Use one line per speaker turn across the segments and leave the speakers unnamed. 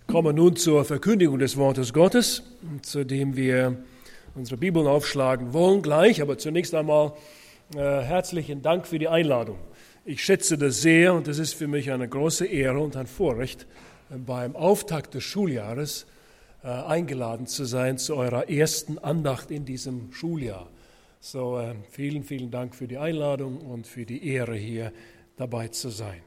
Kommen nun zur Verkündigung des Wortes Gottes, zu dem wir unsere Bibeln aufschlagen wollen gleich. Aber zunächst einmal herzlichen Dank für die Einladung. Ich schätze das sehr und es ist für mich eine große Ehre und ein Vorrecht, beim Auftakt des Schuljahres eingeladen zu sein zu eurer ersten Andacht in diesem Schuljahr. So, vielen, vielen Dank für die Einladung und für die Ehre, hier dabei zu sein.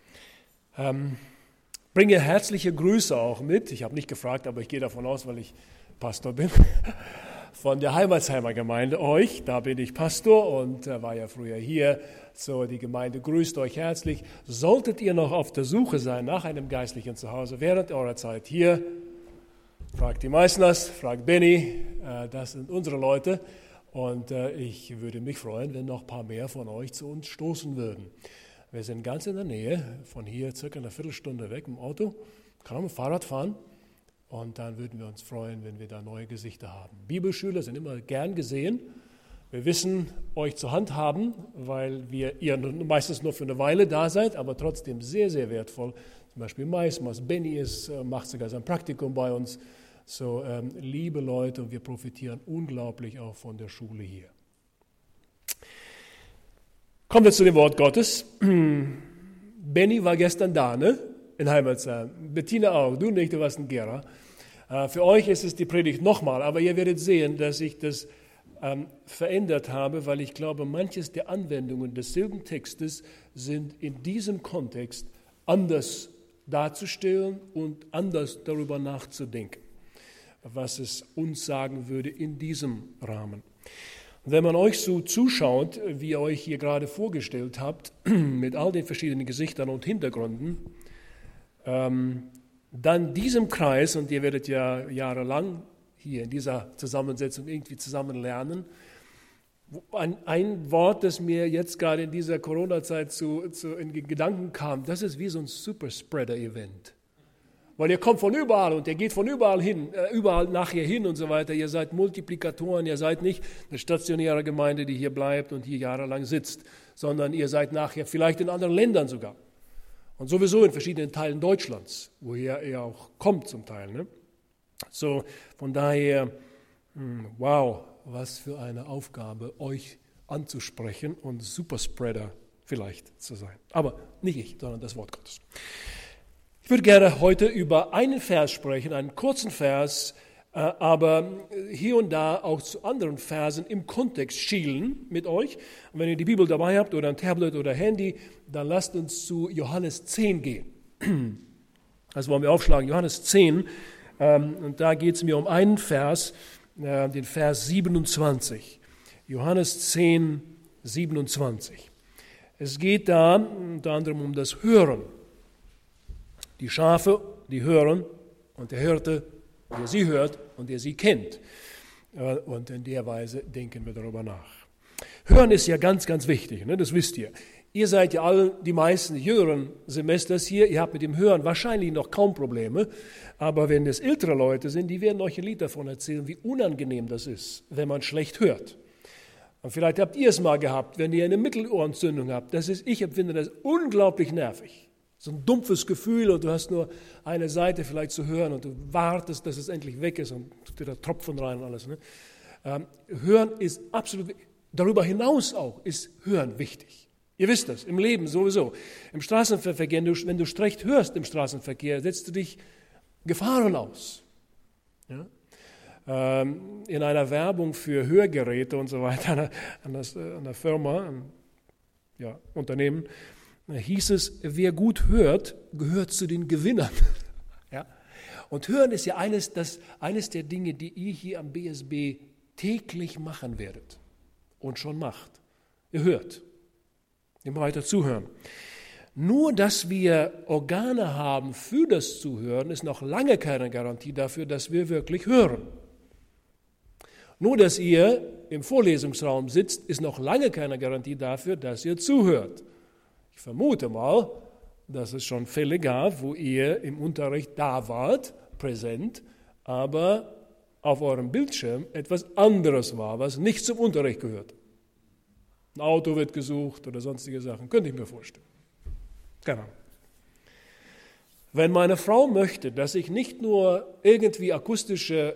Bringe herzliche Grüße auch mit. Ich habe nicht gefragt, aber ich gehe davon aus, weil ich Pastor bin, von der Heimatsheimer Gemeinde euch. Da bin ich Pastor und war ja früher hier. So, die Gemeinde grüßt euch herzlich. Solltet ihr noch auf der Suche sein nach einem geistlichen Zuhause während eurer Zeit hier, fragt die Meißners, fragt Benny, das sind unsere Leute. Und ich würde mich freuen, wenn noch ein paar mehr von euch zu uns stoßen würden. Wir sind ganz in der Nähe, von hier circa eine Viertelstunde weg im Auto, kann auch mit dem Fahrrad fahren und dann würden wir uns freuen, wenn wir da neue Gesichter haben. Bibelschüler sind immer gern gesehen. Wir wissen, euch zur Hand haben, weil ihr meistens nur für eine Weile da seid, aber trotzdem sehr, sehr wertvoll. Zum Beispiel Meismas, Benny macht sogar sein Praktikum bei uns. So, liebe Leute, und wir profitieren unglaublich auch von der Schule hier. Kommen wir zu dem Wort Gottes. Benny war gestern da, ne? In Heimatsheim. Bettina auch, du nicht, du warst in Gera. Für euch ist es die Predigt nochmal, aber ihr werdet sehen, dass ich das verändert habe, weil ich glaube, manches der Anwendungen desselben Textes sind in diesem Kontext anders darzustellen und anders darüber nachzudenken, was es uns sagen würde in diesem Rahmen. Wenn man euch so zuschaut, wie ihr euch hier gerade vorgestellt habt, mit all den verschiedenen Gesichtern und Hintergründen, dann diesem Kreis, und ihr werdet ja jahrelang hier in dieser Zusammensetzung irgendwie zusammen lernen, ein Wort, das mir jetzt gerade in dieser Corona-Zeit in Gedanken kam, das ist wie so ein Superspreader-Event. Weil ihr kommt von überall und ihr geht von überall hin, überall nachher hin und so weiter. Ihr seid Multiplikatoren, ihr seid nicht eine stationäre Gemeinde, die hier bleibt und hier jahrelang sitzt, sondern ihr seid nachher vielleicht in anderen Ländern sogar. Und sowieso in verschiedenen Teilen Deutschlands, woher ihr auch kommt zum Teil. Ne? So, von daher, wow, was für eine Aufgabe, euch anzusprechen und Superspreader vielleicht zu sein. Aber nicht ich, sondern das Wort Gottes. Ich würde gerne heute über einen Vers sprechen, einen kurzen Vers, aber hier und da auch zu anderen Versen im Kontext schielen mit euch. Und wenn ihr die Bibel dabei habt oder ein Tablet oder Handy, dann lasst uns zu Johannes 10 gehen. Das wollen wir aufschlagen, Johannes 10. Und da geht es mir um einen Vers, den Vers 27. Johannes 10, 27. Es geht da unter anderem um das Hören. Die Schafe, die hören, und der Hirte, der sie hört und der sie kennt. Und in der Weise denken wir darüber nach. Hören ist ja ganz, ganz wichtig, ne? Das wisst ihr. Ihr seid ja alle, die meisten jüngeren Semesters hier, ihr habt mit dem Hören wahrscheinlich noch kaum Probleme, aber wenn es ältere Leute sind, die werden euch ein Lied davon erzählen, wie unangenehm das ist, wenn man schlecht hört. Und vielleicht habt ihr es mal gehabt, wenn ihr eine Mittelohrentzündung habt. Ich empfinde das unglaublich nervig. So ein dumpfes Gefühl und du hast nur eine Seite vielleicht zu hören und du wartest, dass es endlich weg ist und tut dir da Tropfen rein und alles. Ne? Hören ist absolut, darüber hinaus auch ist Hören wichtig. Ihr wisst das, im Leben sowieso. Im Straßenverkehr, wenn du schlecht hörst im Straßenverkehr, setzt du dich Gefahren aus. Ja? In einer Werbung für Hörgeräte und so weiter, an der Firma, Unternehmen, hieß es, wer gut hört, gehört zu den Gewinnern. Ja? Und Hören ist ja eines der Dinge, die ihr hier am BSB täglich machen werdet und schon macht. Ihr hört, immer weiter zuhören. Nur, dass wir Organe haben für das Zuhören, ist noch lange keine Garantie dafür, dass wir wirklich hören. Nur, dass ihr im Vorlesungsraum sitzt, ist noch lange keine Garantie dafür, dass ihr zuhört. Ich vermute mal, dass es schon Fälle gab, wo ihr im Unterricht da wart, präsent, aber auf eurem Bildschirm etwas anderes war, was nicht zum Unterricht gehört. Ein Auto wird gesucht oder sonstige Sachen, könnte ich mir vorstellen. Keine Ahnung. Wenn meine Frau möchte, dass ich nicht nur irgendwie akustische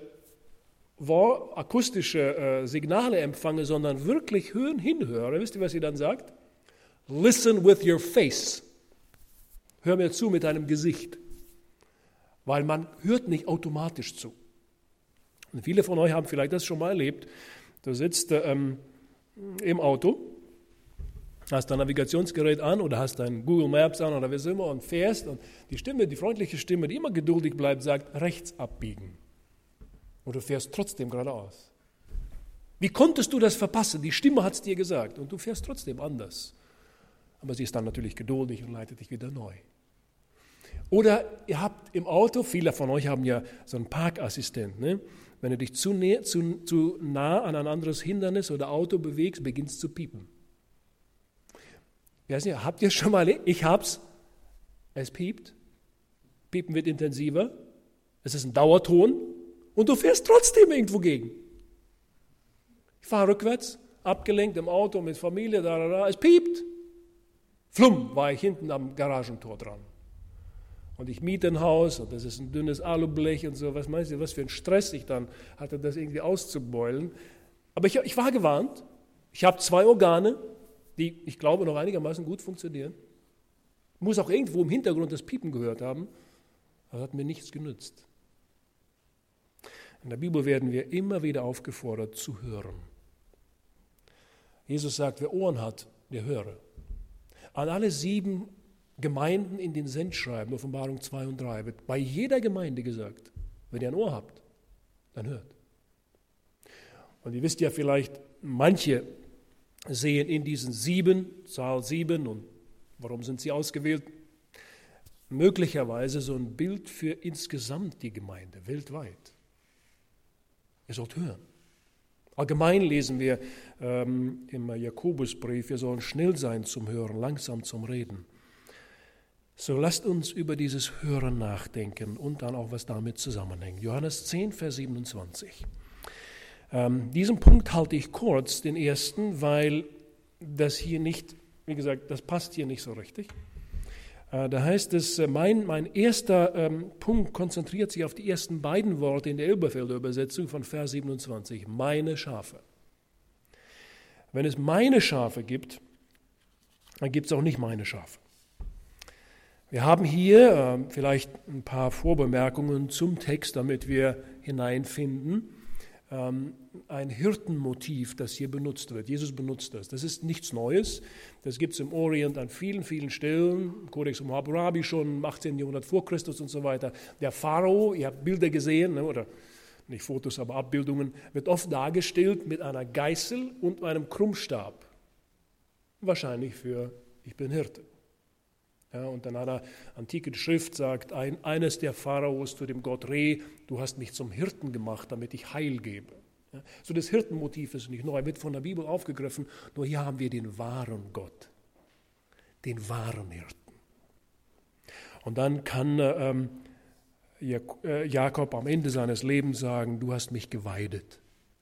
Signale empfange, sondern wirklich hinhöre, wisst ihr, was sie dann sagt? Listen with your face. Hör mir zu mit deinem Gesicht. Weil man hört nicht automatisch zu. Und viele von euch haben vielleicht das schon mal erlebt. Du sitzt im Auto, hast dein Navigationsgerät an oder hast dein Google Maps an oder was immer und fährst und die Stimme, die freundliche Stimme, die immer geduldig bleibt, sagt, rechts abbiegen. Und du fährst trotzdem geradeaus. Wie konntest du das verpassen? Die Stimme hat es dir gesagt und du fährst trotzdem anders. Aber sie ist dann natürlich geduldig und leitet dich wieder neu. Oder ihr habt im Auto, viele von euch haben ja so einen Parkassistent, ne? Wenn du dich zu nah an ein anderes Hindernis oder Auto bewegst, beginnst zu piepen. Ich weiß nicht, habt ihr schon mal erlebt? Ich hab's. Es piept. Piepen wird intensiver. Es ist ein Dauerton. Und du fährst trotzdem irgendwo gegen. Ich fahre rückwärts, abgelenkt im Auto mit Familie, es piept. Flumm, war ich hinten am Garagentor dran. Und ich miete ein Haus und das ist ein dünnes Alublech und so. Was meinst du, was für ein Stress ich dann hatte, das irgendwie auszubeulen. Aber ich war gewarnt. Ich habe 2 Organe, die, ich glaube, noch einigermaßen gut funktionieren. Ich muss auch irgendwo im Hintergrund das Piepen gehört haben. Aber das hat mir nichts genützt. In der Bibel werden wir immer wieder aufgefordert zu hören. Jesus sagt, wer Ohren hat, der höre. An alle 7 Gemeinden in den Sendschreiben, Offenbarung 2 und 3, wird bei jeder Gemeinde gesagt, wenn ihr ein Ohr habt, dann hört. Und ihr wisst ja vielleicht, manche sehen in diesen 7, Zahl 7, und warum sind sie ausgewählt? Möglicherweise so ein Bild für insgesamt die Gemeinde, weltweit. Ihr sollt hören. Allgemein lesen wir im Jakobusbrief, wir sollen schnell sein zum Hören, langsam zum Reden. So lasst uns über dieses Hören nachdenken und dann auch, was damit zusammenhängt. Johannes 10, Vers 27. Diesen Punkt halte ich kurz, den ersten, weil das hier nicht, wie gesagt, das passt hier nicht so richtig. Da heißt es, mein erster Punkt konzentriert sich auf die ersten beiden Worte in der Elberfelder Übersetzung von Vers 27, meine Schafe. Wenn es meine Schafe gibt, dann gibt es auch nicht meine Schafe. Wir haben hier vielleicht ein paar Vorbemerkungen zum Text, damit wir hineinfinden. Ein Hirtenmotiv, das hier benutzt wird. Jesus benutzt das. Das ist nichts Neues. Das gibt es im Orient an vielen, vielen Stellen. Im Kodex Hammurabi schon im 18. Jahrhundert vor Christus und so weiter. Der Pharao, ihr habt Bilder gesehen, ne, oder nicht Fotos, aber Abbildungen, wird oft dargestellt mit einer Geißel und einem Krummstab. Wahrscheinlich für ich bin Hirte. Ja, und in einer antiken Schrift sagt eines der Pharaos zu dem Gott Re, du hast mich zum Hirten gemacht, damit ich Heil gebe. Ja, so das Hirtenmotiv ist nicht neu, wird von der Bibel aufgegriffen, nur hier haben wir den wahren Gott, den wahren Hirten. Und dann kann Jakob am Ende seines Lebens sagen, du hast mich geweidet.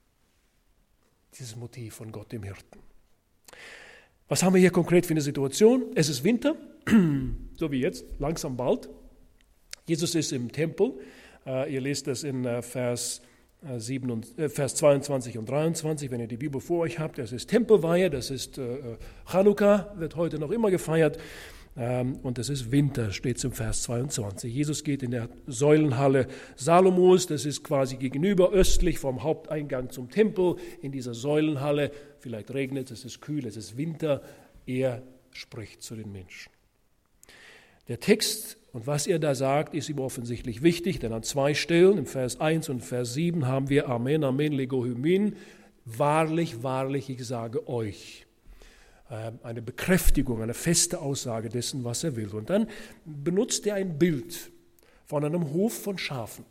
Dieses Motiv von Gott, dem Hirten. Was haben wir hier konkret für eine Situation? Es ist Winter, so wie jetzt, langsam bald. Jesus ist im Tempel. Ihr lest das in Vers 22 und 23, wenn ihr die Bibel vor euch habt. Das ist Tempelweihe, das ist Chanukka, wird heute noch immer gefeiert. Und es ist Winter, steht es im Vers 22. Jesus geht in der Säulenhalle Salomos, das ist quasi gegenüber östlich vom Haupteingang zum Tempel, in dieser Säulenhalle. Vielleicht regnet es, ist kühl, es ist Winter. Er spricht zu den Menschen. Der Text und was er da sagt, ist ihm offensichtlich wichtig, denn an 2 Stellen, im Vers 1 und Vers 7, haben wir Amen, Amen, Lego Hymin, wahrlich, wahrlich, ich sage euch. Eine Bekräftigung, eine feste Aussage dessen, was er will. Und dann benutzt er ein Bild von einem Hof von Schafen.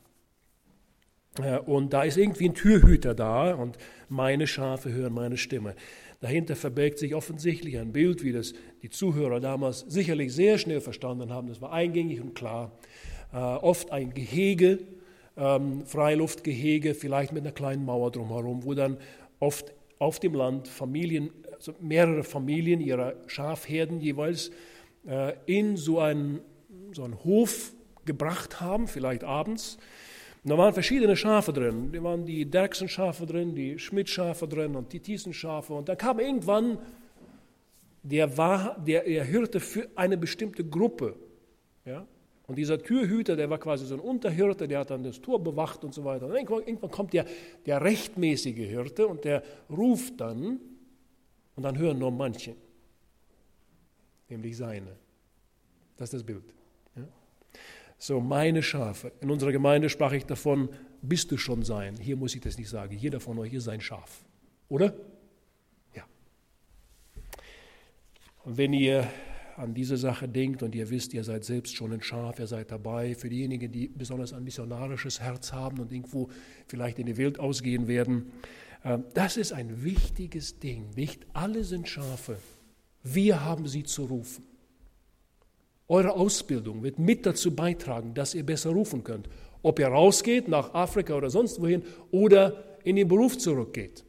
Und da ist irgendwie ein Türhüter da und meine Schafe hören meine Stimme. Dahinter verbirgt sich offensichtlich ein Bild, wie das die Zuhörer damals sicherlich sehr schnell verstanden haben. Das war eingängig und klar. Oft ein Gehege, Freiluftgehege, vielleicht mit einer kleinen Mauer drumherum, wo dann oft auf dem Land Familien, also mehrere Familien ihrer Schafherden jeweils in so einen Hof gebracht haben, vielleicht abends. Und da waren verschiedene Schafe drin. Da waren die Derksen-Schafe drin, die Schmidt-Schafe drin und die Thiessen-Schafe. Und dann kam irgendwann der Hirte für eine bestimmte Gruppe. Ja? Und dieser Türhüter, der war quasi so ein Unterhirte, der hat dann das Tor bewacht und so weiter. Und irgendwann kommt der rechtmäßige Hirte und der ruft dann, und dann hören nur manche, nämlich seine. Das ist das Bild. Ja? So, meine Schafe. In unserer Gemeinde sprach ich davon, bist du schon sein. Hier muss ich das nicht sagen. Jeder von euch ist ein Schaf. Oder? Ja. Und wenn ihr an diese Sache denkt und ihr wisst, ihr seid selbst schon ein Schaf, ihr seid dabei, für diejenigen, die besonders ein missionarisches Herz haben und irgendwo vielleicht in die Welt ausgehen werden, das ist ein wichtiges Ding. Nicht alle sind Schafe. Wir haben sie zu rufen. Eure Ausbildung wird mit dazu beitragen, dass ihr besser rufen könnt. Ob ihr rausgeht, nach Afrika oder sonst wohin, oder in den Beruf zurückgeht.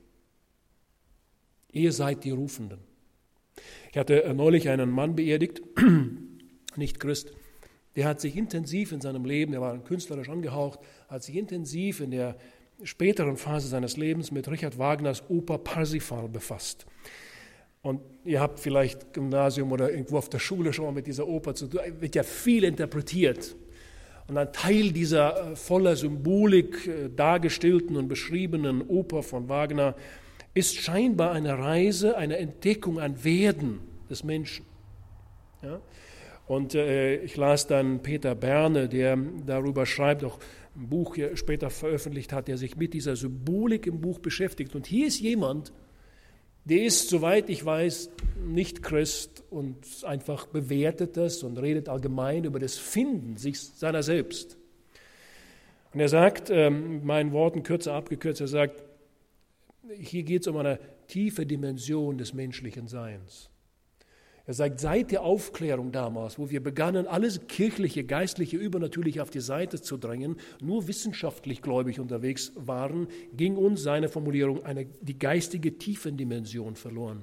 Ihr seid die Rufenden. Ich hatte neulich einen Mann beerdigt, nicht Christ, der hat sich intensiv in seinem Leben, der war künstlerisch angehaucht, hat sich intensiv in der späteren Phase seines Lebens mit Richard Wagners Oper Parsifal befasst. Und ihr habt vielleicht Gymnasium oder irgendwo auf der Schule schon mal mit dieser Oper zu tun, wird ja viel interpretiert. Und ein Teil dieser voller Symbolik dargestellten und beschriebenen Oper von Wagner ist scheinbar eine Reise, eine Entdeckung, ein Werden des Menschen. Ja? Und ich las dann Peter Berne, der darüber schreibt, auch ein Buch später veröffentlicht hat, der sich mit dieser Symbolik im Buch beschäftigt. Und hier ist jemand, der ist, soweit ich weiß, nicht Christ und einfach bewertet das und redet allgemein über das Finden seiner selbst. Und er sagt, mit meinen Worten kürzer abgekürzt, er sagt, hier geht es um eine tiefe Dimension des menschlichen Seins. Er sagt, seit der Aufklärung damals, wo wir begannen, alles kirchliche, geistliche, übernatürliche auf die Seite zu drängen, nur wissenschaftlich gläubig unterwegs waren, ging uns, seine Formulierung, die geistige Tiefendimension verloren.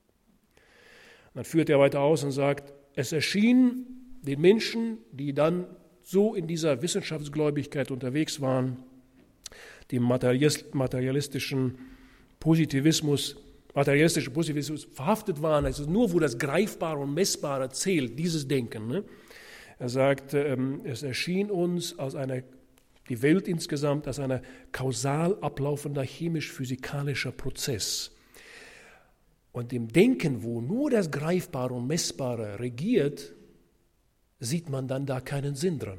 Und dann führt er weiter aus und sagt, es erschien den Menschen, die dann so in dieser Wissenschaftsgläubigkeit unterwegs waren, dem materialistischen Positivismus verhaftet waren, also nur wo das Greifbare und Messbare zählt, dieses Denken. Ne? Er sagt, es erschien uns die Welt insgesamt als ein kausal ablaufender chemisch-physikalischer Prozess. Und im Denken, wo nur das Greifbare und Messbare regiert, sieht man dann da keinen Sinn dran.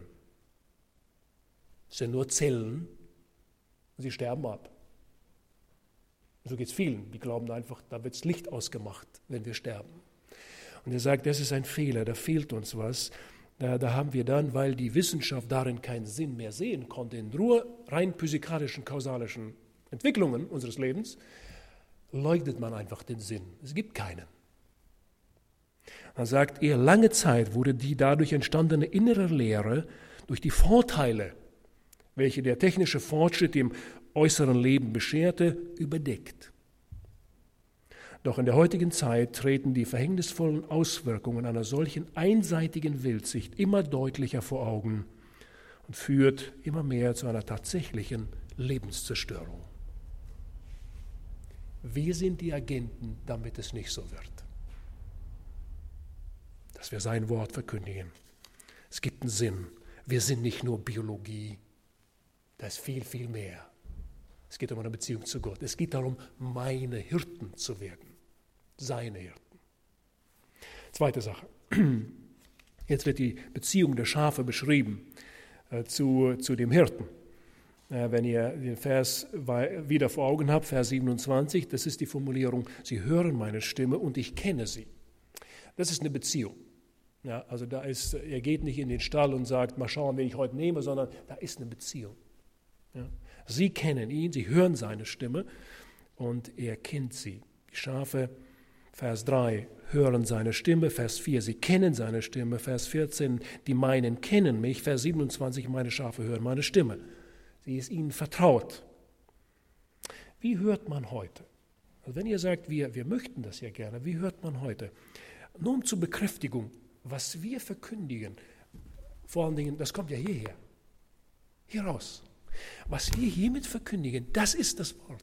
Es sind nur Zellen, sie sterben ab. So geht es vielen, die glauben einfach, da wird das Licht ausgemacht, wenn wir sterben. Und er sagt, das ist ein Fehler, da fehlt uns was. Da haben wir dann, weil die Wissenschaft darin keinen Sinn mehr sehen konnte, in nur rein physikalischen, kausalischen Entwicklungen unseres Lebens, leugnet man einfach den Sinn. Es gibt keinen. Dann sagt er, lange Zeit wurde die dadurch entstandene innere Lehre durch die Vorteile, welche der technische Fortschritt dem äußeren Leben bescherte, überdeckt. Doch in der heutigen Zeit treten die verhängnisvollen Auswirkungen einer solchen einseitigen Weltsicht immer deutlicher vor Augen und führt immer mehr zu einer tatsächlichen Lebenszerstörung. Wir sind die Agenten, damit es nicht so wird. Dass wir sein Wort verkündigen. Es gibt einen Sinn. Wir sind nicht nur Biologie. Da ist viel, viel mehr. Es geht um eine Beziehung zu Gott. Es geht darum, meine Hirten zu werden. Seine Hirten. Zweite Sache. Jetzt wird die Beziehung der Schafe beschrieben zu dem Hirten. Wenn ihr den Vers wieder vor Augen habt, Vers 27, das ist die Formulierung, sie hören meine Stimme und ich kenne sie. Das ist eine Beziehung. Ja, also er geht nicht in den Stall und sagt, mal schauen, wen ich heute nehme, sondern da ist eine Beziehung. Ja. Sie kennen ihn, sie hören seine Stimme und er kennt sie. Die Schafe, Vers 3, hören seine Stimme, Vers 4, sie kennen seine Stimme, Vers 14, die meinen kennen mich, Vers 27, meine Schafe hören meine Stimme. Sie ist ihnen vertraut. Wie hört man heute? Also wenn ihr sagt, wir möchten das ja gerne, wie hört man heute? Nur zur Bekräftigung, was wir verkündigen, vor allen Dingen, das kommt ja hierher, hier raus. Was wir hiermit verkündigen, das ist das Wort.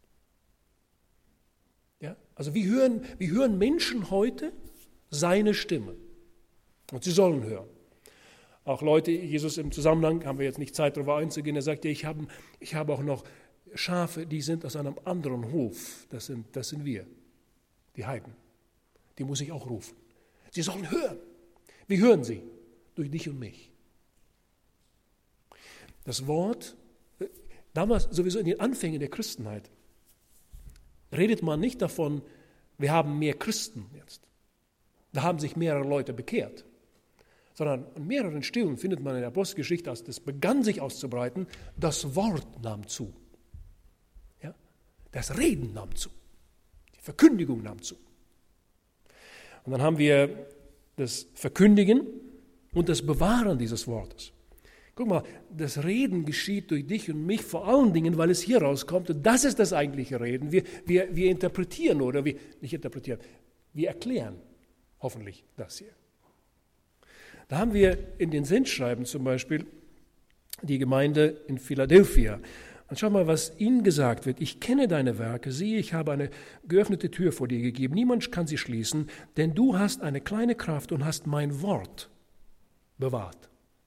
Ja? Also wie hören Menschen heute seine Stimme? Und sie sollen hören. Auch Leute, Jesus im Zusammenhang, haben wir jetzt nicht Zeit darüber einzugehen, er sagt ja, ich habe auch noch Schafe, die sind aus einem anderen Hof. Das sind wir, die Heiden. Die muss ich auch rufen. Sie sollen hören. Wie hören sie? Durch dich und mich. Das Wort, damals sowieso in den Anfängen der Christenheit, redet man nicht davon, wir haben mehr Christen jetzt. Da haben sich mehrere Leute bekehrt. Sondern an mehreren Stellen findet man in der Apostelgeschichte, als das begann sich auszubreiten, das Wort nahm zu. Ja? Das Reden nahm zu. Die Verkündigung nahm zu. Und dann haben wir das Verkündigen und das Bewahren dieses Wortes. Guck mal, das Reden geschieht durch dich und mich vor allen Dingen, weil es hier rauskommt. Und das ist das eigentliche Reden. Wir interpretieren oder nicht interpretieren, wir erklären hoffentlich das hier. Da haben wir in den Sendschreiben zum Beispiel die Gemeinde in Philadelphia. Und schau mal, was ihnen gesagt wird. Ich kenne deine Werke, siehe, ich habe eine geöffnete Tür vor dir gegeben. Niemand kann sie schließen, denn du hast eine kleine Kraft und hast mein Wort bewahrt.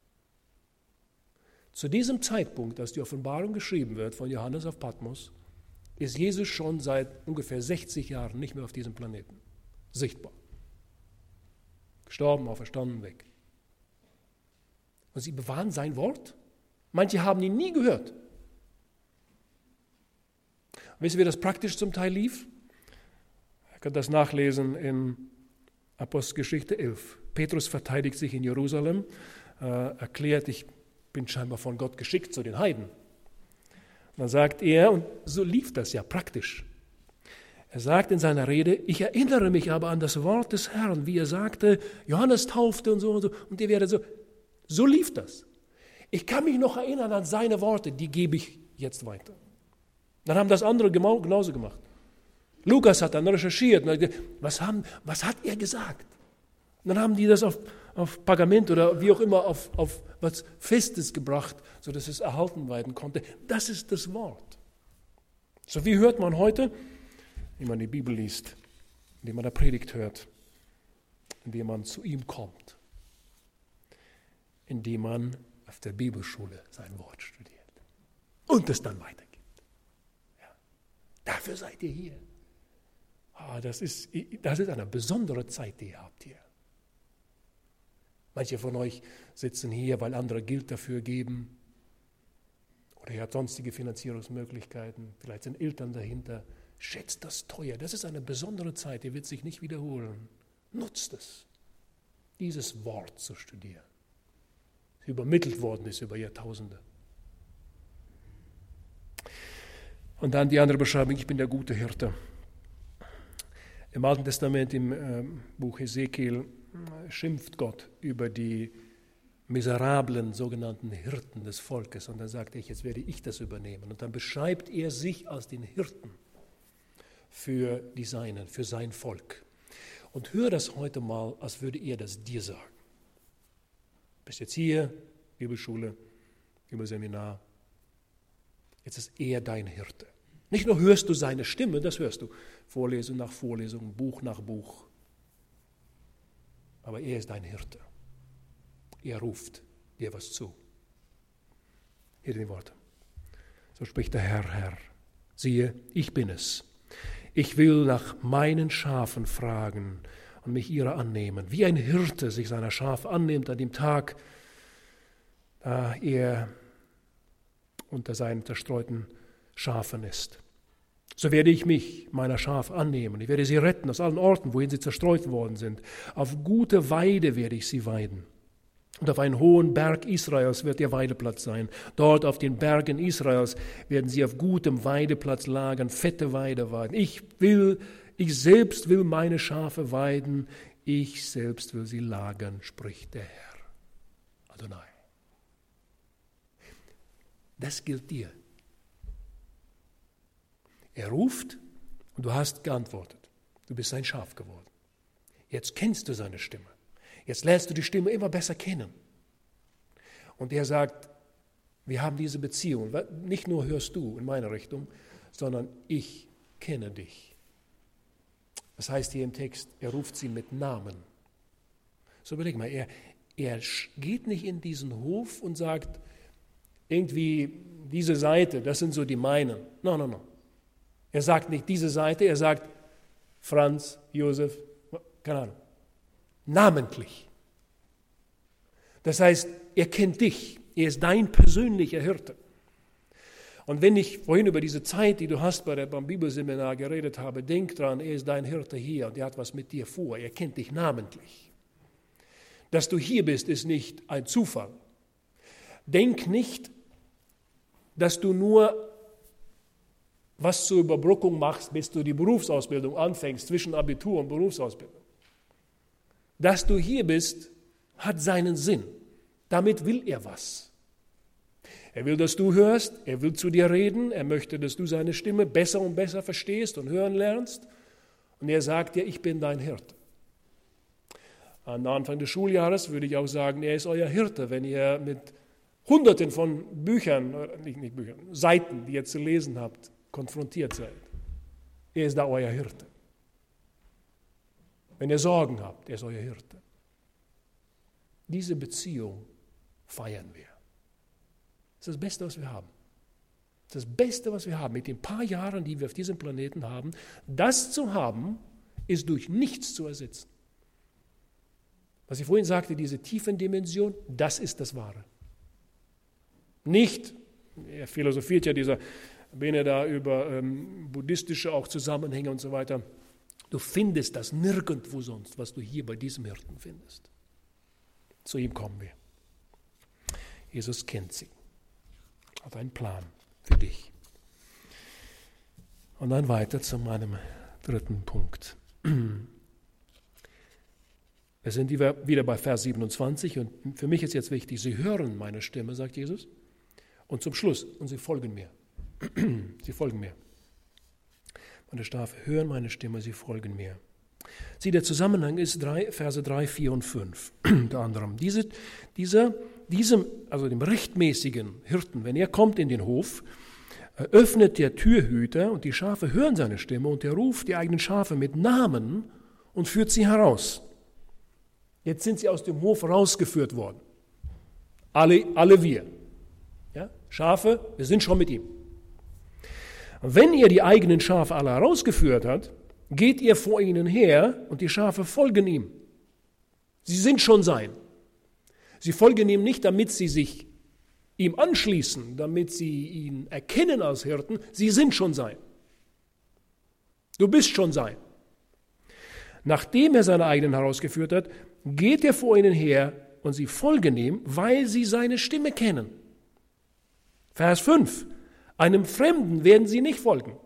Zu diesem Zeitpunkt, als die Offenbarung geschrieben wird von Johannes auf Patmos, ist Jesus schon seit ungefähr 60 Jahren nicht mehr auf diesem Planeten sichtbar. Gestorben, auferstanden, weg. Und sie bewahren sein Wort. Manche haben ihn nie gehört. Wisst ihr, wie das praktisch zum Teil lief? Ihr könnt das nachlesen in Apostelgeschichte 11. Petrus verteidigt sich in Jerusalem, erklärt, ich bin scheinbar von Gott geschickt zu den Heiden. Und dann sagt er, und so lief das ja praktisch, er sagt in seiner Rede, ich erinnere mich aber an das Wort des Herrn, wie er sagte, Johannes taufte und so, und ihr werdet so lief das. Ich kann mich noch erinnern an seine Worte, die gebe ich jetzt weiter. Dann haben das andere genauso gemacht. Lukas hat dann recherchiert und hat gesagt, was hat er gesagt? Und dann haben die das auf Pergament oder wie auch immer auf was Festes gebracht, sodass es erhalten werden konnte. Das ist das Wort. So wie hört man heute, indem man die Bibel liest, indem man der Predigt hört, indem man zu ihm kommt, indem man auf der Bibelschule sein Wort studiert und es dann weitergibt. Ja. Dafür seid ihr hier. Das ist eine besondere Zeit, die ihr habt hier. Manche von euch sitzen hier, weil andere Geld dafür geben oder ihr habt sonstige Finanzierungsmöglichkeiten, vielleicht sind Eltern dahinter. Schätzt das teuer, das ist eine besondere Zeit, die wird sich nicht wiederholen. Nutzt es, dieses Wort zu studieren. Das übermittelt worden ist über Jahrtausende. Und dann die andere Beschreibung, ich bin der gute Hirte. Im Alten Testament, im Buch Hesekiel, schimpft Gott über die miserablen sogenannten Hirten des Volkes. Und dann sagt er, jetzt werde ich das übernehmen. Und dann beschreibt er sich als den Hirten für die Seinen, für sein Volk. Und hör das heute mal, als würde er das dir sagen. Du bist jetzt hier, Bibelschule, Bibelseminar. Jetzt ist er dein Hirte. Nicht nur hörst du seine Stimme, das hörst du, Vorlesung nach Vorlesung, Buch nach Buch. Aber er ist dein Hirte. Er ruft dir was zu. Hier die Worte. So spricht der Herr, siehe, ich bin es. Ich will nach meinen Schafen fragen und mich ihrer annehmen, wie ein Hirte sich seiner Schafe annimmt an dem Tag, da er unter seinen zerstreuten Schafen ist. So werde ich mich meiner Schafe annehmen. Ich werde sie retten aus allen Orten, wohin sie zerstreut worden sind. Auf gute Weide werde ich sie weiden. Und auf einen hohen Berg Israels wird ihr Weideplatz sein. Dort auf den Bergen Israels werden sie auf gutem Weideplatz lagern, fette Weide weiden. Ich selbst will meine Schafe weiden, ich selbst will sie lagern, spricht der Herr. Adonai. Das gilt dir. Er ruft und du hast geantwortet. Du bist sein Schaf geworden. Jetzt kennst du seine Stimme. Jetzt lernst du die Stimme immer besser kennen. Und er sagt, wir haben diese Beziehung. Nicht nur hörst du in meine Richtung, sondern ich kenne dich. Das heißt hier im Text, er ruft sie mit Namen. So überleg mal, er geht nicht in diesen Hof und sagt, irgendwie diese Seite, das sind so die meinen. No. Er sagt nicht diese Seite, er sagt Franz, Josef, keine Ahnung, namentlich. Das heißt, er kennt dich, er ist dein persönlicher Hirte. Und wenn ich vorhin über diese Zeit, die du hast beim Bibelseminar geredet habe, denk dran, er ist dein Hirte hier und er hat was mit dir vor, er kennt dich namentlich. Dass du hier bist, ist nicht ein Zufall. Denk nicht, dass du nur was zur Überbrückung machst, bis du die Berufsausbildung anfängst, zwischen Abitur und Berufsausbildung. Dass du hier bist, hat seinen Sinn. Damit will er was. Er will, dass du hörst, er will zu dir reden, er möchte, dass du seine Stimme besser und besser verstehst und hören lernst. Und er sagt dir, ich bin dein Hirte. Am Anfang des Schuljahres würde ich auch sagen, er ist euer Hirte, wenn ihr mit Hunderten von Büchern, nicht Büchern, Seiten, die ihr zu lesen habt, konfrontiert seid. Er ist da euer Hirte. Wenn ihr Sorgen habt, er ist euer Hirte. Diese Beziehung feiern wir. Das ist das Beste, was wir haben. Das ist das Beste, was wir haben. Mit den paar Jahren, die wir auf diesem Planeten haben, das zu haben, ist durch nichts zu ersetzen. Was ich vorhin sagte, diese Tiefendimension, das ist das Wahre. Nicht, er philosophiert ja dieser Bene da über buddhistische auch Zusammenhänge und so weiter. Du findest das nirgendwo sonst, was du hier bei diesem Hirten findest. Zu ihm kommen wir. Jesus kennt sie, hat einen Plan für dich. Und dann weiter zu meinem dritten Punkt. Wir sind wieder bei Vers 27 und für mich ist jetzt wichtig, sie hören meine Stimme, sagt Jesus. Und zum Schluss, und sie folgen mir. Sie folgen mir. Meine Schafe hören meine Stimme, sie folgen mir. Sieh, der Zusammenhang ist Verse 3, 4 und 5. Unter anderem. Diesem, also dem rechtmäßigen Hirten, wenn er kommt in den Hof, öffnet der Türhüter und die Schafe hören seine Stimme und er ruft die eigenen Schafe mit Namen und führt sie heraus. Jetzt sind sie aus dem Hof rausgeführt worden. Alle wir. Ja? Schafe, wir sind schon mit ihm. Wenn er die eigenen Schafe alle herausgeführt hat, geht er vor ihnen her und die Schafe folgen ihm. Sie sind schon sein. Sie folgen ihm nicht, damit sie sich ihm anschließen, damit sie ihn erkennen als Hirten. Sie sind schon sein. Du bist schon sein. Nachdem er seine eigenen herausgeführt hat, geht er vor ihnen her und sie folgen ihm, weil sie seine Stimme kennen. Vers 5. Einem Fremden werden sie nicht folgen,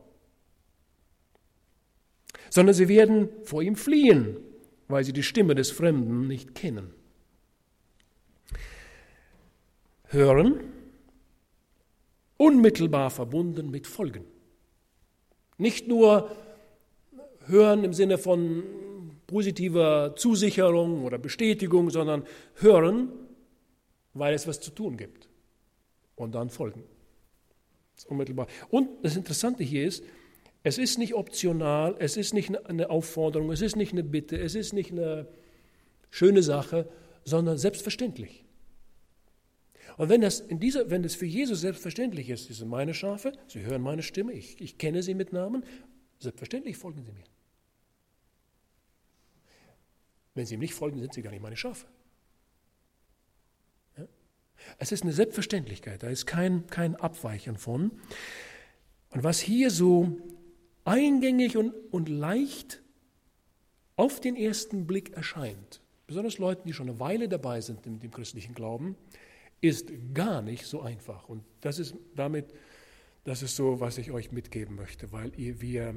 sondern sie werden vor ihm fliehen, weil sie die Stimme des Fremden nicht kennen. Hören, unmittelbar verbunden mit Folgen. Nicht nur hören im Sinne von positiver Zusicherung oder Bestätigung, sondern hören, weil es was zu tun gibt. Und dann folgen. Das ist unmittelbar. Und das Interessante hier ist, es ist nicht optional, es ist nicht eine Aufforderung, es ist nicht eine Bitte, es ist nicht eine schöne Sache, sondern selbstverständlich. Und wenn das für Jesus selbstverständlich ist, sie sind meine Schafe, sie hören meine Stimme, ich kenne sie mit Namen, selbstverständlich folgen sie mir. Wenn sie ihm nicht folgen, sind sie gar nicht meine Schafe. Ja? Es ist eine Selbstverständlichkeit, da ist kein Abweichen von. Und was hier so eingängig und leicht auf den ersten Blick erscheint, besonders Leuten, die schon eine Weile dabei sind in dem christlichen Glauben, ist gar nicht so einfach. Und das ist so, was ich euch mitgeben möchte, weil wir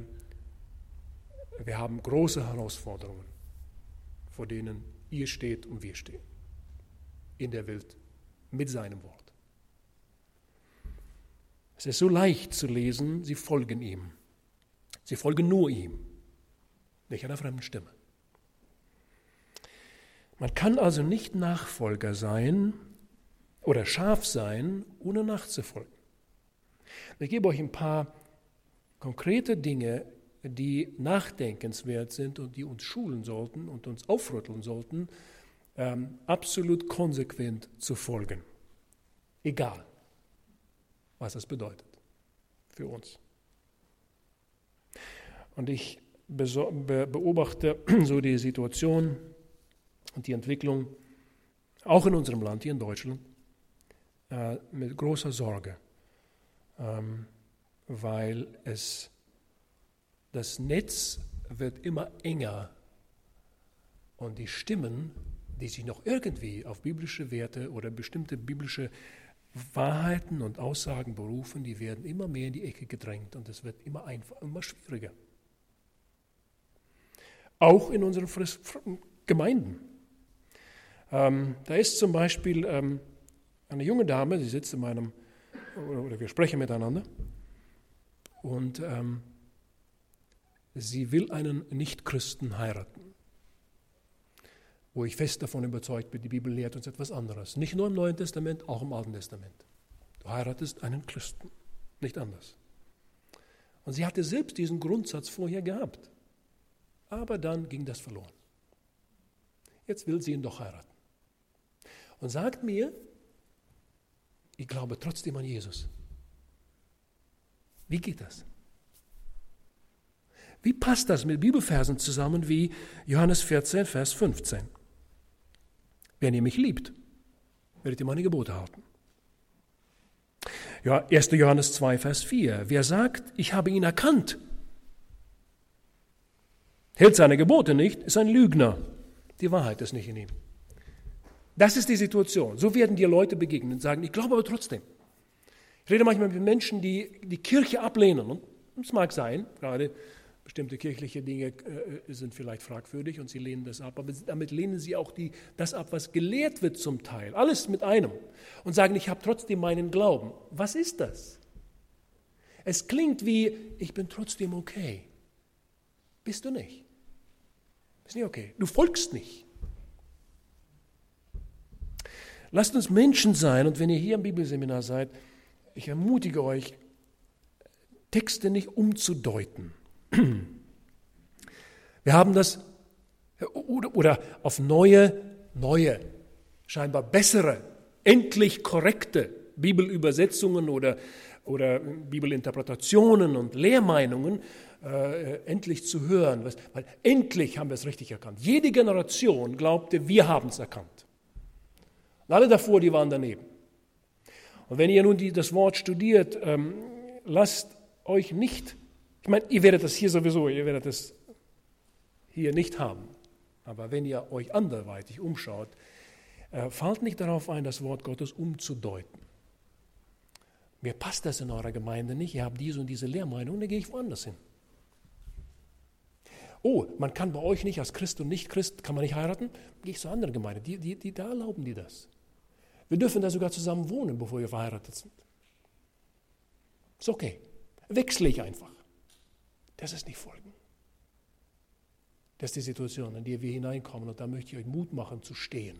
haben große Herausforderungen, vor denen ihr steht und wir stehen in der Welt mit seinem Wort. Es ist so leicht zu lesen, sie folgen ihm. Sie folgen nur ihm, nicht einer fremden Stimme. Man kann also nicht Nachfolger sein, oder scharf sein, ohne nachzufolgen. Ich gebe euch ein paar konkrete Dinge, die nachdenkenswert sind und die uns schulen sollten und uns aufrütteln sollten, absolut konsequent zu folgen. Egal, was das bedeutet für uns. Und ich beobachte so die Situation und die Entwicklung auch in unserem Land, hier in Deutschland, mit großer Sorge, weil das Netz wird immer enger und die Stimmen, die sich noch irgendwie auf biblische Werte oder bestimmte biblische Wahrheiten und Aussagen berufen, die werden immer mehr in die Ecke gedrängt und es wird immer schwieriger. Auch in unseren Gemeinden. Da ist zum Beispiel eine junge Dame, sie sitzt in meinem, oder wir sprechen miteinander, und sie will einen Nichtchristen heiraten. Wo ich fest davon überzeugt bin, die Bibel lehrt uns etwas anderes. Nicht nur im Neuen Testament, auch im Alten Testament. Du heiratest einen Christen, nicht anders. Und sie hatte selbst diesen Grundsatz vorher gehabt. Aber dann ging das verloren. Jetzt will sie ihn doch heiraten. Und sagt mir, ich glaube trotzdem an Jesus. Wie geht das? Wie passt das mit Bibelversen zusammen wie Johannes 14, Vers 15? Wenn ihr mich liebt, werdet ihr meine Gebote halten. Ja, 1. Johannes 2, Vers 4. Wer sagt, ich habe ihn erkannt, hält seine Gebote nicht, ist ein Lügner. Die Wahrheit ist nicht in ihm. Das ist die Situation. So werden dir Leute begegnen und sagen, ich glaube aber trotzdem. Ich rede manchmal mit Menschen, die die Kirche ablehnen. Und es mag sein, gerade bestimmte kirchliche Dinge sind vielleicht fragwürdig und sie lehnen das ab, aber damit lehnen sie auch das ab, was gelehrt wird zum Teil. Alles mit einem. Und sagen, ich habe trotzdem meinen Glauben. Was ist das? Es klingt wie, ich bin trotzdem okay. Bist du nicht? Bist nicht okay. Du folgst nicht. Lasst uns Menschen sein, und wenn ihr hier im Bibelseminar seid, ich ermutige euch, Texte nicht umzudeuten. Wir haben das, oder auf neue, scheinbar bessere, endlich korrekte Bibelübersetzungen oder Bibelinterpretationen und Lehrmeinungen endlich zu hören. Weil endlich haben wir es richtig erkannt. Jede Generation glaubte, wir haben es erkannt. Und alle davor, die waren daneben. Und wenn ihr nun das Wort studiert, lasst euch nicht, ich meine, ihr werdet das hier sowieso, ihr werdet das hier nicht haben. Aber wenn ihr euch anderweitig umschaut, fallt nicht darauf ein, das Wort Gottes umzudeuten. Mir passt das in eurer Gemeinde nicht, ihr habt diese und diese Lehrmeinung, dann gehe ich woanders hin. Oh, man kann bei euch nicht als Christ und Nicht-Christ, kann man nicht heiraten? Gehe ich zur anderen Gemeinde, da erlauben die das. Wir dürfen da sogar zusammen wohnen, bevor wir verheiratet sind. Ist okay, wechsle ich einfach. Das ist nicht Folgen. Das ist die Situation, in die wir hineinkommen, und da möchte ich euch Mut machen, zu stehen.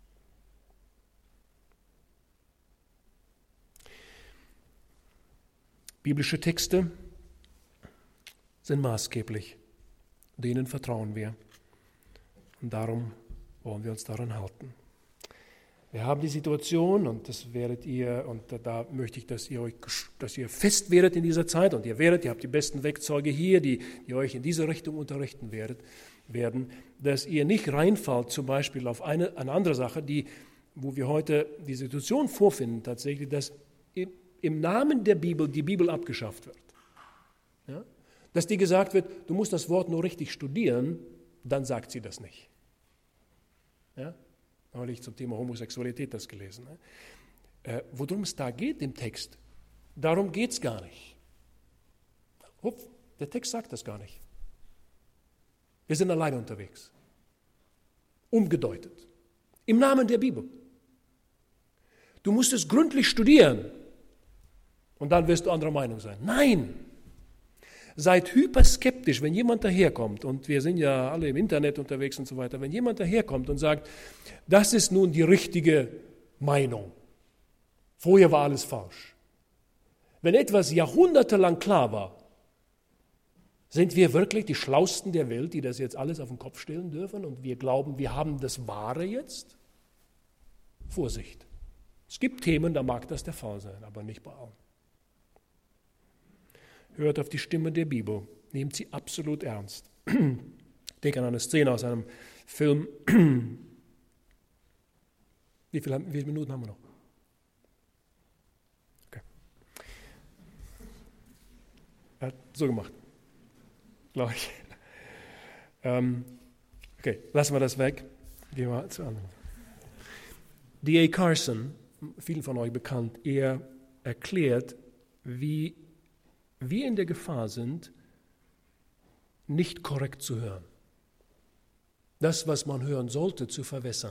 Biblische Texte sind maßgeblich. Denen vertrauen wir. Und darum wollen wir uns daran halten. Wir haben die Situation, und das werdet ihr, und da möchte ich, dass ihr fest werdet in dieser Zeit, und ihr habt die besten Werkzeuge hier, die euch in diese Richtung unterrichten werden, dass ihr nicht reinfallt, zum Beispiel auf eine andere Sache, wo wir heute die Situation vorfinden, tatsächlich, dass im Namen der Bibel die Bibel abgeschafft wird. Ja? Dass die gesagt wird, du musst das Wort nur richtig studieren, dann sagt sie das nicht. Ja? Habe ich zum Thema Homosexualität das gelesen. Worum es da geht im Text, darum geht es gar nicht. Der Text sagt das gar nicht. Wir sind alleine unterwegs. Umgedeutet. Im Namen der Bibel. Du musst es gründlich studieren und dann wirst du anderer Meinung sein. Nein! Seid hyperskeptisch, wenn jemand daherkommt, und wir sind ja alle im Internet unterwegs und so weiter, wenn jemand daherkommt und sagt, das ist nun die richtige Meinung, Vorher war alles falsch. Wenn etwas jahrhundertelang klar war, sind wir wirklich die Schlausten der Welt, die das jetzt alles auf den Kopf stellen dürfen und wir glauben, wir haben das Wahre jetzt? Vorsicht. Es gibt Themen, da mag das der Fall sein, aber nicht bei allen. Hört auf die Stimme der Bibel, nehmt sie absolut ernst. Denke an eine Szene aus einem Film. Wie viele Minuten haben wir noch? Okay. Er hat so gemacht, glaube ich. Okay, lassen wir das weg. Gehen wir zu anderen. D.A. Carson, vielen von euch bekannt, er erklärt, wie wir in der Gefahr sind, nicht korrekt zu hören. Das, was man hören sollte, zu verwässern.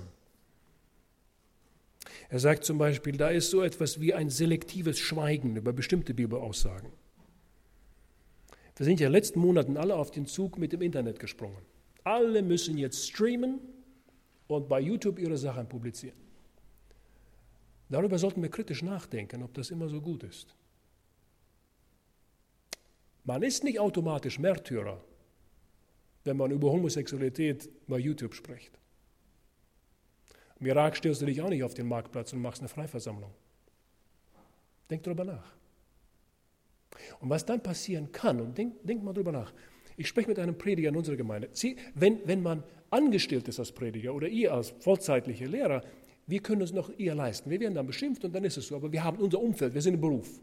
Er sagt zum Beispiel, da ist so etwas wie ein selektives Schweigen über bestimmte Bibelaussagen. Wir sind ja in den letzten Monaten alle auf den Zug mit dem Internet gesprungen. Alle müssen jetzt streamen und bei YouTube ihre Sachen publizieren. Darüber sollten wir kritisch nachdenken, ob das immer so gut ist. Man ist nicht automatisch Märtyrer, wenn man über Homosexualität bei YouTube spricht. Im Irak stellst du dich auch nicht auf den Marktplatz und machst eine Freiversammlung. Denk darüber nach. Und was dann passieren kann, und denk mal darüber nach. Ich spreche mit einem Prediger in unserer Gemeinde. Wenn man angestellt ist als Prediger oder ihr als vollzeitliche Lehrer, wir können es noch eher leisten. Wir werden dann beschimpft und dann ist es so, aber wir haben unser Umfeld, wir sind im Beruf.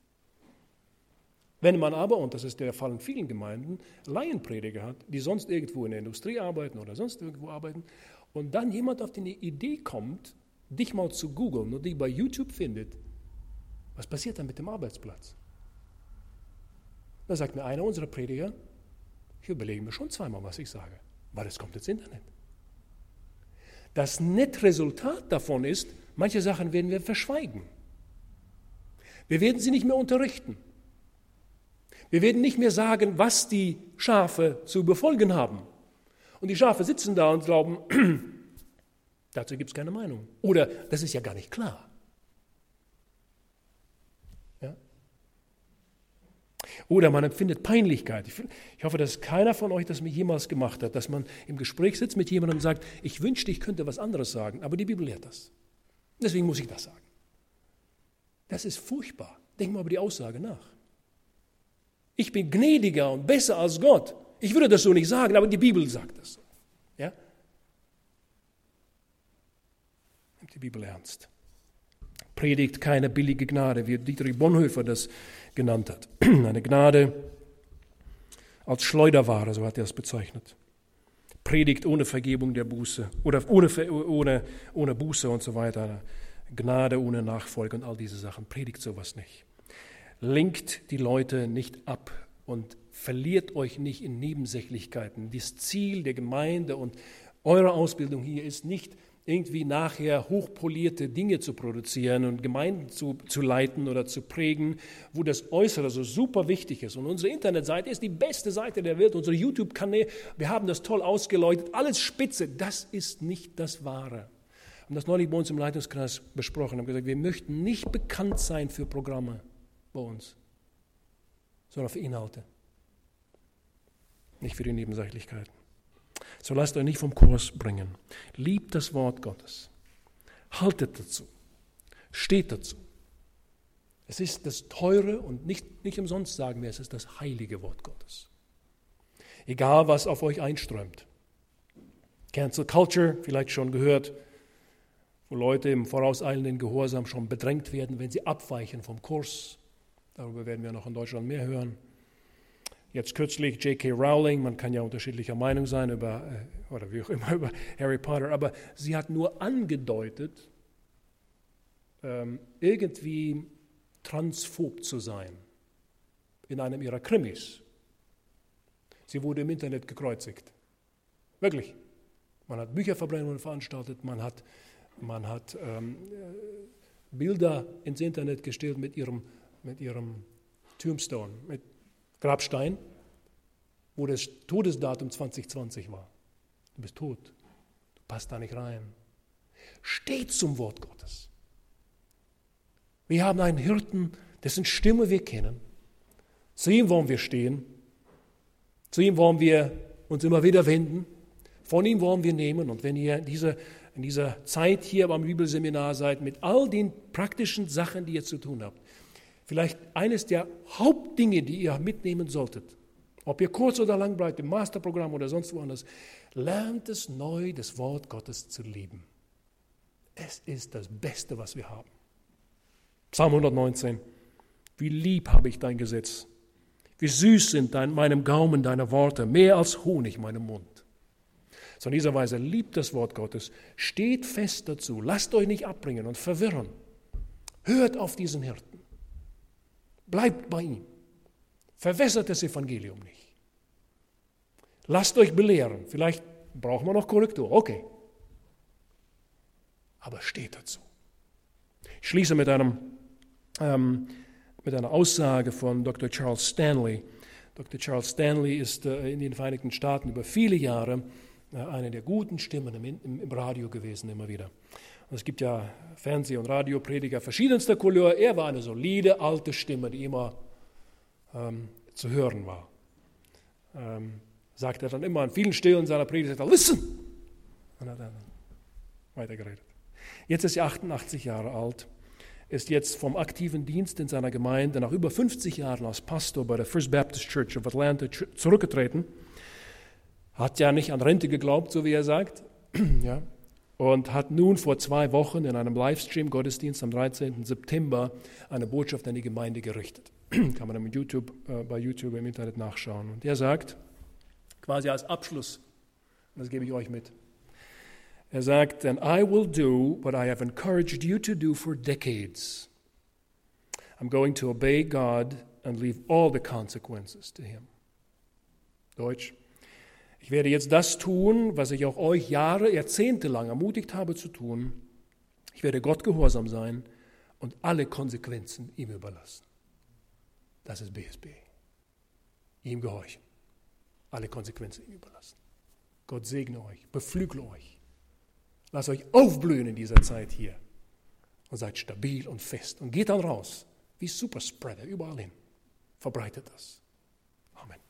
Wenn man aber, und das ist der Fall in vielen Gemeinden, Laienprediger hat, die sonst irgendwo in der Industrie arbeiten oder sonst irgendwo arbeiten, und dann jemand auf die Idee kommt, dich mal zu googeln und dich bei YouTube findet, was passiert dann mit dem Arbeitsplatz? Da sagt mir einer unserer Prediger, ich überlege mir schon zweimal, was ich sage, weil es kommt ins Internet. Das Nettresultat davon ist, manche Sachen werden wir verschweigen. Wir werden sie nicht mehr unterrichten. Wir werden nicht mehr sagen, was die Schafe zu befolgen haben. Und die Schafe sitzen da und glauben, dazu gibt es keine Meinung. Oder das ist ja gar nicht klar. Ja? Oder man empfindet Peinlichkeit. Ich hoffe, dass keiner von euch das jemals gemacht hat, dass man im Gespräch sitzt mit jemandem und sagt, ich wünschte, ich könnte was anderes sagen, aber die Bibel lehrt das. Deswegen muss ich das sagen. Das ist furchtbar. Denk mal über die Aussage nach. Ich bin gnädiger und besser als Gott. Ich würde das so nicht sagen, aber die Bibel sagt das so. Ja? Nimmt die Bibel ernst. Predigt keine billige Gnade, wie Dietrich Bonhoeffer das genannt hat. Eine Gnade als Schleuderware, so hat er es bezeichnet. Predigt ohne Vergebung der Buße oder ohne Buße und so weiter. Gnade ohne Nachfolge und all diese Sachen. Predigt sowas nicht. Lenkt die Leute nicht ab und verliert euch nicht in Nebensächlichkeiten. Das Ziel der Gemeinde und eurer Ausbildung hier ist nicht, irgendwie nachher hochpolierte Dinge zu produzieren und Gemeinden zu leiten oder zu prägen, wo das Äußere so super wichtig ist. Und unsere Internetseite ist die beste Seite der Welt, unsere YouTube-Kanäle, wir haben das toll ausgeleuchtet, alles spitze, das ist nicht das Wahre. Wir haben das neulich bei uns im Leitungskreis besprochen, haben gesagt, wir möchten nicht bekannt sein für Programme bei uns, sondern für Inhalte, nicht für die Nebensächlichkeiten. So lasst euch nicht vom Kurs bringen. Liebt das Wort Gottes. Haltet dazu. Steht dazu. Es ist das teure und nicht umsonst sagen wir, es ist das heilige Wort Gottes. Egal, was auf euch einströmt. Cancel Culture, vielleicht schon gehört, wo Leute im vorauseilenden Gehorsam schon bedrängt werden, wenn sie abweichen vom Kurs. Darüber werden wir noch in Deutschland mehr hören. Jetzt kürzlich J.K. Rowling, man kann ja unterschiedlicher Meinung sein oder wie auch immer über Harry Potter, aber sie hat nur angedeutet, irgendwie transphob zu sein in einem ihrer Krimis. Sie wurde im Internet gekreuzigt. Wirklich. Man hat Bücherverbrennungen veranstaltet, man hat Bilder ins Internet gestellt mit ihrem Tombstone, mit Grabstein, wo das Todesdatum 2020 war. Du bist tot. Du passt da nicht rein. Steht zum Wort Gottes. Wir haben einen Hirten, dessen Stimme wir kennen. Zu ihm wollen wir stehen. Zu ihm wollen wir uns immer wieder wenden. Von ihm wollen wir nehmen. Und wenn ihr in dieser Zeit hier beim Bibelseminar seid, mit all den praktischen Sachen, die ihr zu tun habt, vielleicht eines der Hauptdinge, die ihr mitnehmen solltet, ob ihr kurz oder lang bleibt, im Masterprogramm oder sonst woanders, lernt es neu, das Wort Gottes zu lieben. Es ist das Beste, was wir haben. Psalm 119. Wie lieb habe ich dein Gesetz. Wie süß sind meinem Gaumen deine Worte, mehr als Honig meinem Mund. So in dieser Weise liebt das Wort Gottes, steht fest dazu, lasst euch nicht abbringen und verwirren. Hört auf diesen Hirten. Bleibt bei ihm. Verwässert das Evangelium nicht. Lasst euch belehren. Vielleicht brauchen wir noch Korrektur. Okay. Aber steht dazu. Ich schließe mit einer Aussage von Dr. Charles Stanley. Dr. Charles Stanley ist in den Vereinigten Staaten über viele Jahre eine der guten Stimmen im Radio gewesen, immer wieder. Und es gibt ja Fernseh- und Radioprediger verschiedenster Couleur. Er war eine solide, alte Stimme, die immer zu hören war. Sagt er dann immer an vielen Stellen seiner Predigt, sagt er, listen! Und hat dann weitergeredet. Jetzt ist er 88 Jahre alt, ist jetzt vom aktiven Dienst in seiner Gemeinde nach über 50 Jahren als Pastor bei der First Baptist Church of Atlanta zurückgetreten. Hat ja nicht an Rente geglaubt, so wie er sagt, ja, und hat nun vor 2 Wochen in einem Livestream-Gottesdienst am 13. September eine Botschaft an die Gemeinde gerichtet. Kann man dann bei YouTube im Internet nachschauen. Und er sagt, quasi als Abschluss, und das gebe ich euch mit, er sagt, and I will do what I have encouraged you to do for decades. I'm going to obey God and leave all the consequences to him. Deutsch. Ich werde jetzt das tun, was ich auch euch jahrzehntelang ermutigt habe zu tun. Ich werde Gott gehorsam sein und alle Konsequenzen ihm überlassen. Das ist BSB. Ihm gehorchen. Alle Konsequenzen ihm überlassen. Gott segne euch, beflügle euch. Lasst euch aufblühen in dieser Zeit hier. Und seid stabil und fest. Und geht dann raus, wie Superspreader, überall hin. Verbreitet das. Amen.